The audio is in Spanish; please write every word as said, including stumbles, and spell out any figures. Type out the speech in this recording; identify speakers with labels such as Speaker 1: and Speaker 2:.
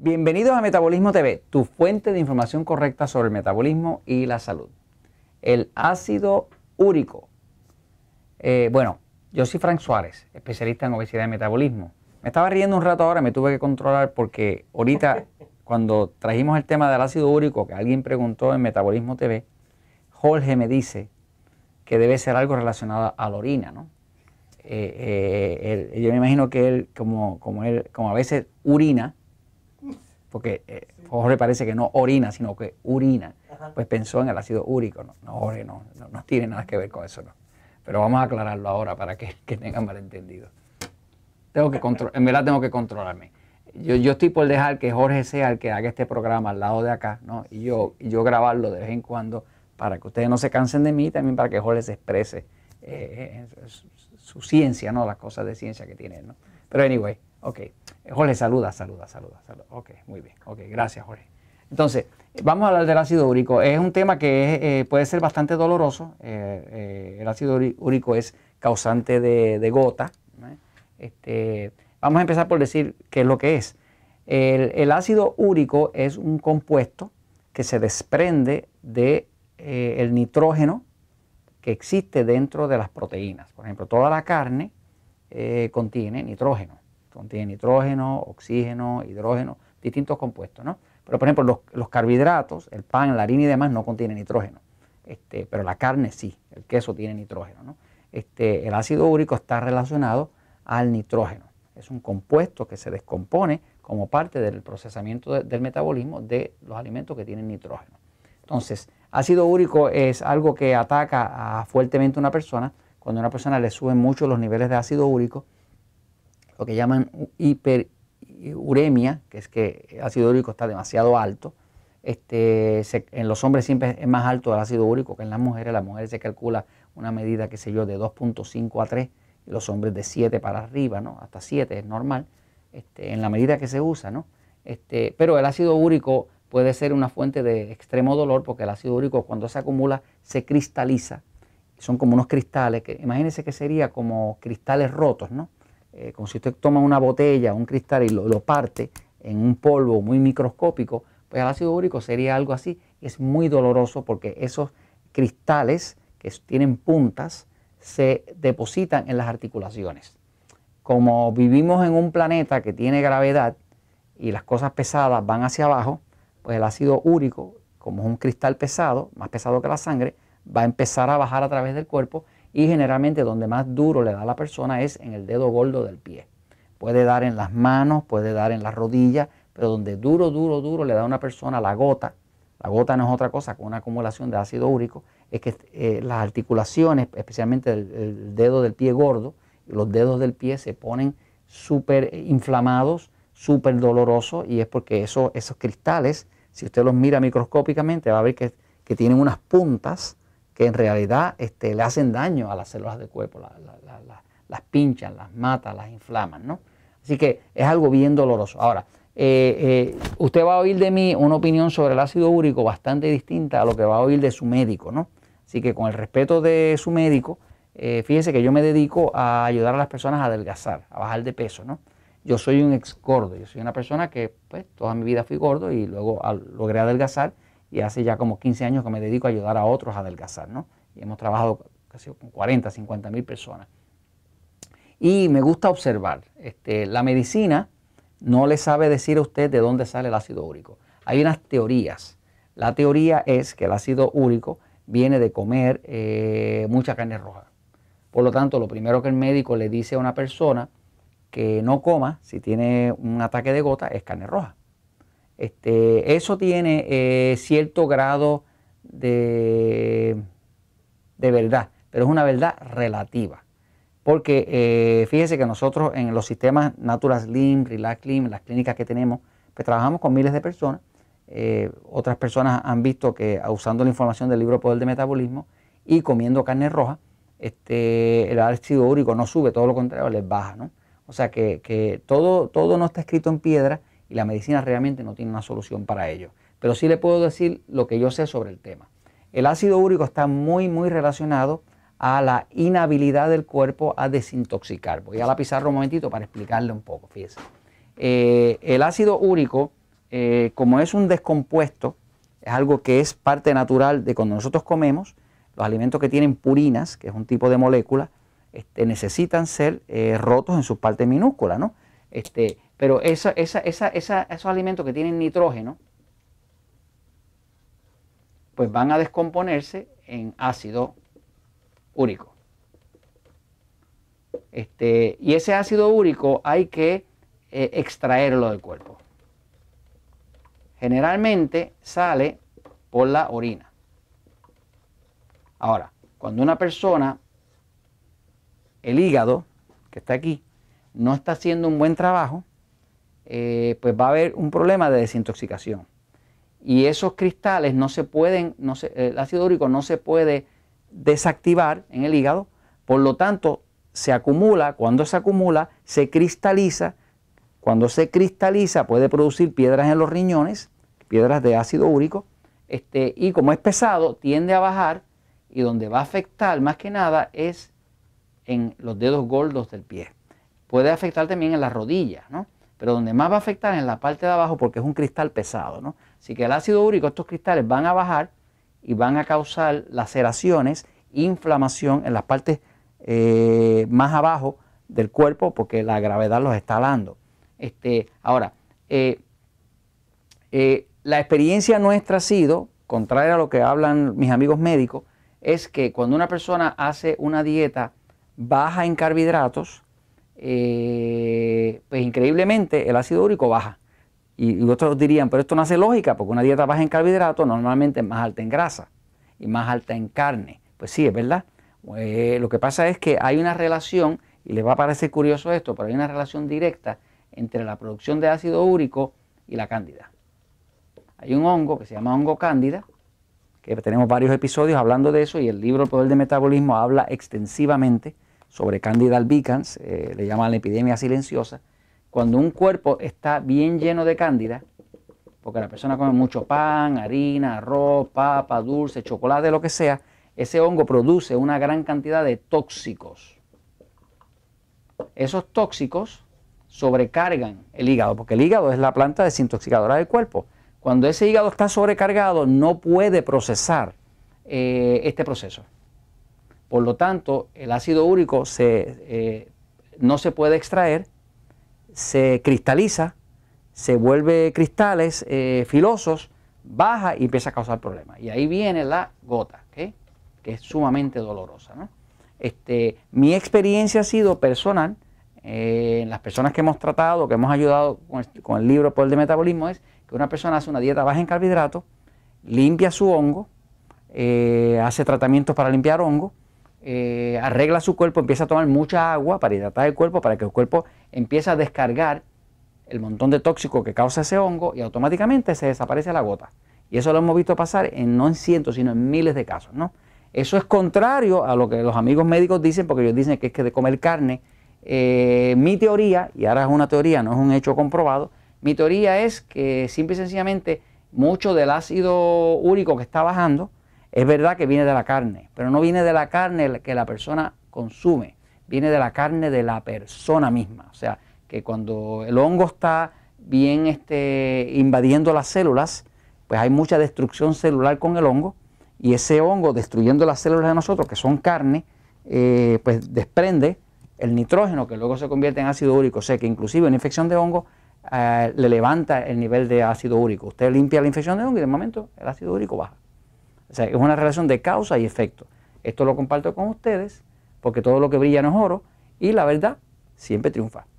Speaker 1: Bienvenidos a Metabolismo T V, tu fuente de información correcta sobre el metabolismo y la salud. El ácido úrico. Eh, bueno, yo soy Frank Suárez, especialista en obesidad y metabolismo. Me estaba riendo un rato ahora, me tuve que controlar porque ahorita cuando trajimos el tema del ácido úrico, que alguien preguntó en Metabolismo T V, Jorge me dice que debe ser algo relacionado a la orina, ¿no? Eh, eh, él, yo me imagino que él, como, como él, como a veces urina, porque eh, Jorge parece que no orina, sino que urina, pues pensó en el ácido úrico. No, no, Jorge, no, no, no tiene nada que ver con eso, no. Pero vamos a aclararlo ahora para que, que tengan malentendido. Tengo que en verdad tengo que controlarme. Yo, yo estoy por dejar que Jorge sea el que haga este programa al lado de acá, ¿no? Y yo, y yo grabarlo de vez en cuando para que ustedes no se cansen de mí, también para que Jorge se exprese eh, su, su ciencia, ¿no? Las cosas de ciencia que tiene, ¿no? Pero anyway, ok. Jorge, saluda, saluda, saluda, saluda. Ok, muy bien. Ok, gracias, Jorge. Entonces, vamos a hablar del ácido úrico. Es un tema que es, eh, puede ser bastante doloroso. Eh, eh, el ácido úrico es causante de, de gota, ¿no? Este, vamos a empezar por decir qué es lo que es. El, el ácido úrico es un compuesto que se desprende de eh, el nitrógeno que existe dentro de las proteínas. Por ejemplo, toda la carne eh, contiene nitrógeno. Contiene nitrógeno, oxígeno, hidrógeno, distintos compuestos, ¿no? Pero, por ejemplo, los, los carbohidratos, el pan, la harina y demás no contienen nitrógeno. Este, pero la carne sí, el queso tiene nitrógeno, ¿no? Este, el ácido úrico está relacionado al nitrógeno. Es un compuesto que se descompone como parte del procesamiento de, del metabolismo de los alimentos que tienen nitrógeno. Entonces, ácido úrico es algo que ataca a, fuertemente a una persona. Cuando a una persona le suben mucho los niveles de ácido úrico, lo que llaman hiperuremia, que es que el ácido úrico está demasiado alto. Este, se, en los hombres siempre es más alto el ácido úrico que en las mujeres. Las mujeres se calcula una medida, qué sé yo, de dos punto cinco a tres, y los hombres de siete para arriba, ¿no? Hasta siete es normal, este, en la medida que se usa, ¿no? Este, pero el ácido úrico puede ser una fuente de extremo dolor, porque el ácido úrico, cuando se acumula, se cristaliza. Son como unos cristales, que imagínense que sería como cristales rotos, ¿no? Eh, como si usted toma una botella, un cristal y lo, lo parte en un polvo muy microscópico, pues el ácido úrico sería algo así. Es muy doloroso porque esos cristales que tienen puntas se depositan en las articulaciones. Como vivimos en un planeta que tiene gravedad y las cosas pesadas van hacia abajo, pues el ácido úrico, como es un cristal pesado, más pesado que la sangre, va a empezar a bajar a través del cuerpo. Y generalmente donde más duro le da a la persona es en el dedo gordo del pie. Puede dar en las manos, puede dar en las rodillas, pero donde duro, duro, duro le da a una persona la gota, la gota no es otra cosa que una acumulación de ácido úrico, es que eh, las articulaciones, especialmente el, el dedo del pie gordo, los dedos del pie se ponen súper inflamados, súper dolorosos, y es porque eso, esos cristales, si usted los mira microscópicamente, va a ver que, que tienen unas puntas que en realidad este, le hacen daño a las células del cuerpo, la, la, la, la, las pinchan, las matan, las inflaman, ¿no? Así que es algo bien doloroso. Ahora, eh, eh, usted va a oír de mí una opinión sobre el ácido úrico bastante distinta a lo que va a oír de su médico, ¿no? Así que con el respeto de su médico, eh, fíjese que yo me dedico a ayudar a las personas a adelgazar, a bajar de peso, ¿no? Yo soy un ex gordo, yo soy una persona que pues toda mi vida fui gordo y luego al, logré adelgazar. Y hace ya como quince años que me dedico a ayudar a otros a adelgazar, ¿no? Y hemos trabajado casi con cuarenta, cincuenta mil personas. Y me gusta observar, este, la medicina no le sabe decir a usted de dónde sale el ácido úrico. Hay unas teorías. La teoría es que el ácido úrico viene de comer eh, mucha carne roja. Por lo tanto, lo primero que el médico le dice a una persona que no coma, si tiene un ataque de gota, es carne roja. Este, eso tiene eh, cierto grado de, de verdad, pero es una verdad relativa. Porque eh, fíjese que nosotros en los sistemas Natural Slim, Relax Slim, las clínicas que tenemos, pues trabajamos con miles de personas. Eh, otras personas han visto que usando la información del libro Poder de Metabolismo y comiendo carne roja, este, el ácido úrico no sube, todo lo contrario, les baja, ¿no? O sea que, que todo, todo no está escrito en piedra. Y la medicina realmente no tiene una solución para ello. Pero sí le puedo decir lo que yo sé sobre el tema. El ácido úrico está muy, muy relacionado a la inhabilidad del cuerpo a desintoxicar. Voy a la pizarra un momentito para explicarle un poco, fíjese. Eh, el ácido úrico eh, como es un descompuesto, es algo que es parte natural de cuando nosotros comemos, los alimentos que tienen purinas, que es un tipo de molécula, este, necesitan ser eh, rotos en sus partes minúsculas, ¿no? Este, pero esa, esa, esa, esa, esos alimentos que tienen nitrógeno, pues van a descomponerse en ácido úrico. Este, y ese ácido úrico hay que eh, extraerlo del cuerpo. Generalmente sale por la orina. Ahora, cuando una persona, el hígado, que está aquí, no está haciendo un buen trabajo, eh, pues va a haber un problema de desintoxicación. Y esos cristales no se pueden, no se, el ácido úrico no se puede desactivar en el hígado, por lo tanto se acumula, cuando se acumula se cristaliza, cuando se cristaliza puede producir piedras en los riñones, piedras de ácido úrico, este, y como es pesado tiende a bajar, y donde va a afectar más que nada es en los dedos gordos del pie. Puede afectar también en las rodillas, ¿no? Pero donde más va a afectar es en la parte de abajo porque es un cristal pesado, ¿no? Así que el ácido úrico, estos cristales van a bajar y van a causar laceraciones, inflamación en las partes eh, más abajo del cuerpo porque la gravedad los está alando. Este, ahora, eh, eh, la experiencia nuestra ha sido, contraria a lo que hablan mis amigos médicos, es que cuando una persona hace una dieta baja en carbohidratos, eh, pues increíblemente el ácido úrico baja. Y, y otros dirían, pero esto no hace lógica, porque una dieta baja en carbohidratos normalmente es más alta en grasa y más alta en carne. Pues sí, es verdad. Eh, lo que pasa es que hay una relación, y les va a parecer curioso esto, pero hay una relación directa entre la producción de ácido úrico y la cándida. Hay un hongo que se llama hongo cándida, que tenemos varios episodios hablando de eso, y el libro El Poder del Metabolismo habla extensivamente sobre Candida albicans, eh, le llaman la epidemia silenciosa. Cuando un cuerpo está bien lleno de cándida, porque la persona come mucho pan, harina, arroz, papa, dulce, chocolate, lo que sea, ese hongo produce una gran cantidad de tóxicos. Esos tóxicos sobrecargan el hígado, porque el hígado es la planta desintoxicadora del cuerpo. Cuando ese hígado está sobrecargado, no puede procesar eh, este proceso. Por lo tanto, el ácido úrico se, eh, no se puede extraer, se cristaliza, se vuelve cristales eh, filosos, baja y empieza a causar problemas. Y ahí viene la gota, ¿okay? Que es sumamente dolorosa, ¿no? Este, mi experiencia ha sido personal, eh, en las personas que hemos tratado, que hemos ayudado con el, con el libro Poder del Metabolismo, es que una persona hace una dieta baja en carbohidratos, limpia su hongo, eh, hace tratamientos para limpiar hongo, eh, arregla su cuerpo, empieza a tomar mucha agua para hidratar el cuerpo, para que el cuerpo empiece a descargar el montón de tóxico que causa ese hongo y automáticamente se desaparece la gota. Y eso lo hemos visto pasar en no en cientos, sino en miles de casos, ¿no? Eso es contrario a lo que los amigos médicos dicen, porque ellos dicen que es que de comer carne. Eh, mi teoría, y ahora es una teoría, no es un hecho comprobado, mi teoría es que simple y sencillamente mucho del ácido úrico que está bajando es verdad que viene de la carne, pero no viene de la carne que la persona consume, viene de la carne de la persona misma. O sea, que cuando el hongo está bien este, invadiendo las células, pues hay mucha destrucción celular con el hongo, y ese hongo destruyendo las células de nosotros, que son carne, eh, pues desprende el nitrógeno que luego se convierte en ácido úrico. O sea que inclusive una infección de hongo eh, le levanta el nivel de ácido úrico. Usted limpia la infección de hongo y de momento el ácido úrico baja. O sea, es una relación de causa y efecto. Esto lo comparto con ustedes porque todo lo que brilla no es oro y la verdad siempre triunfa.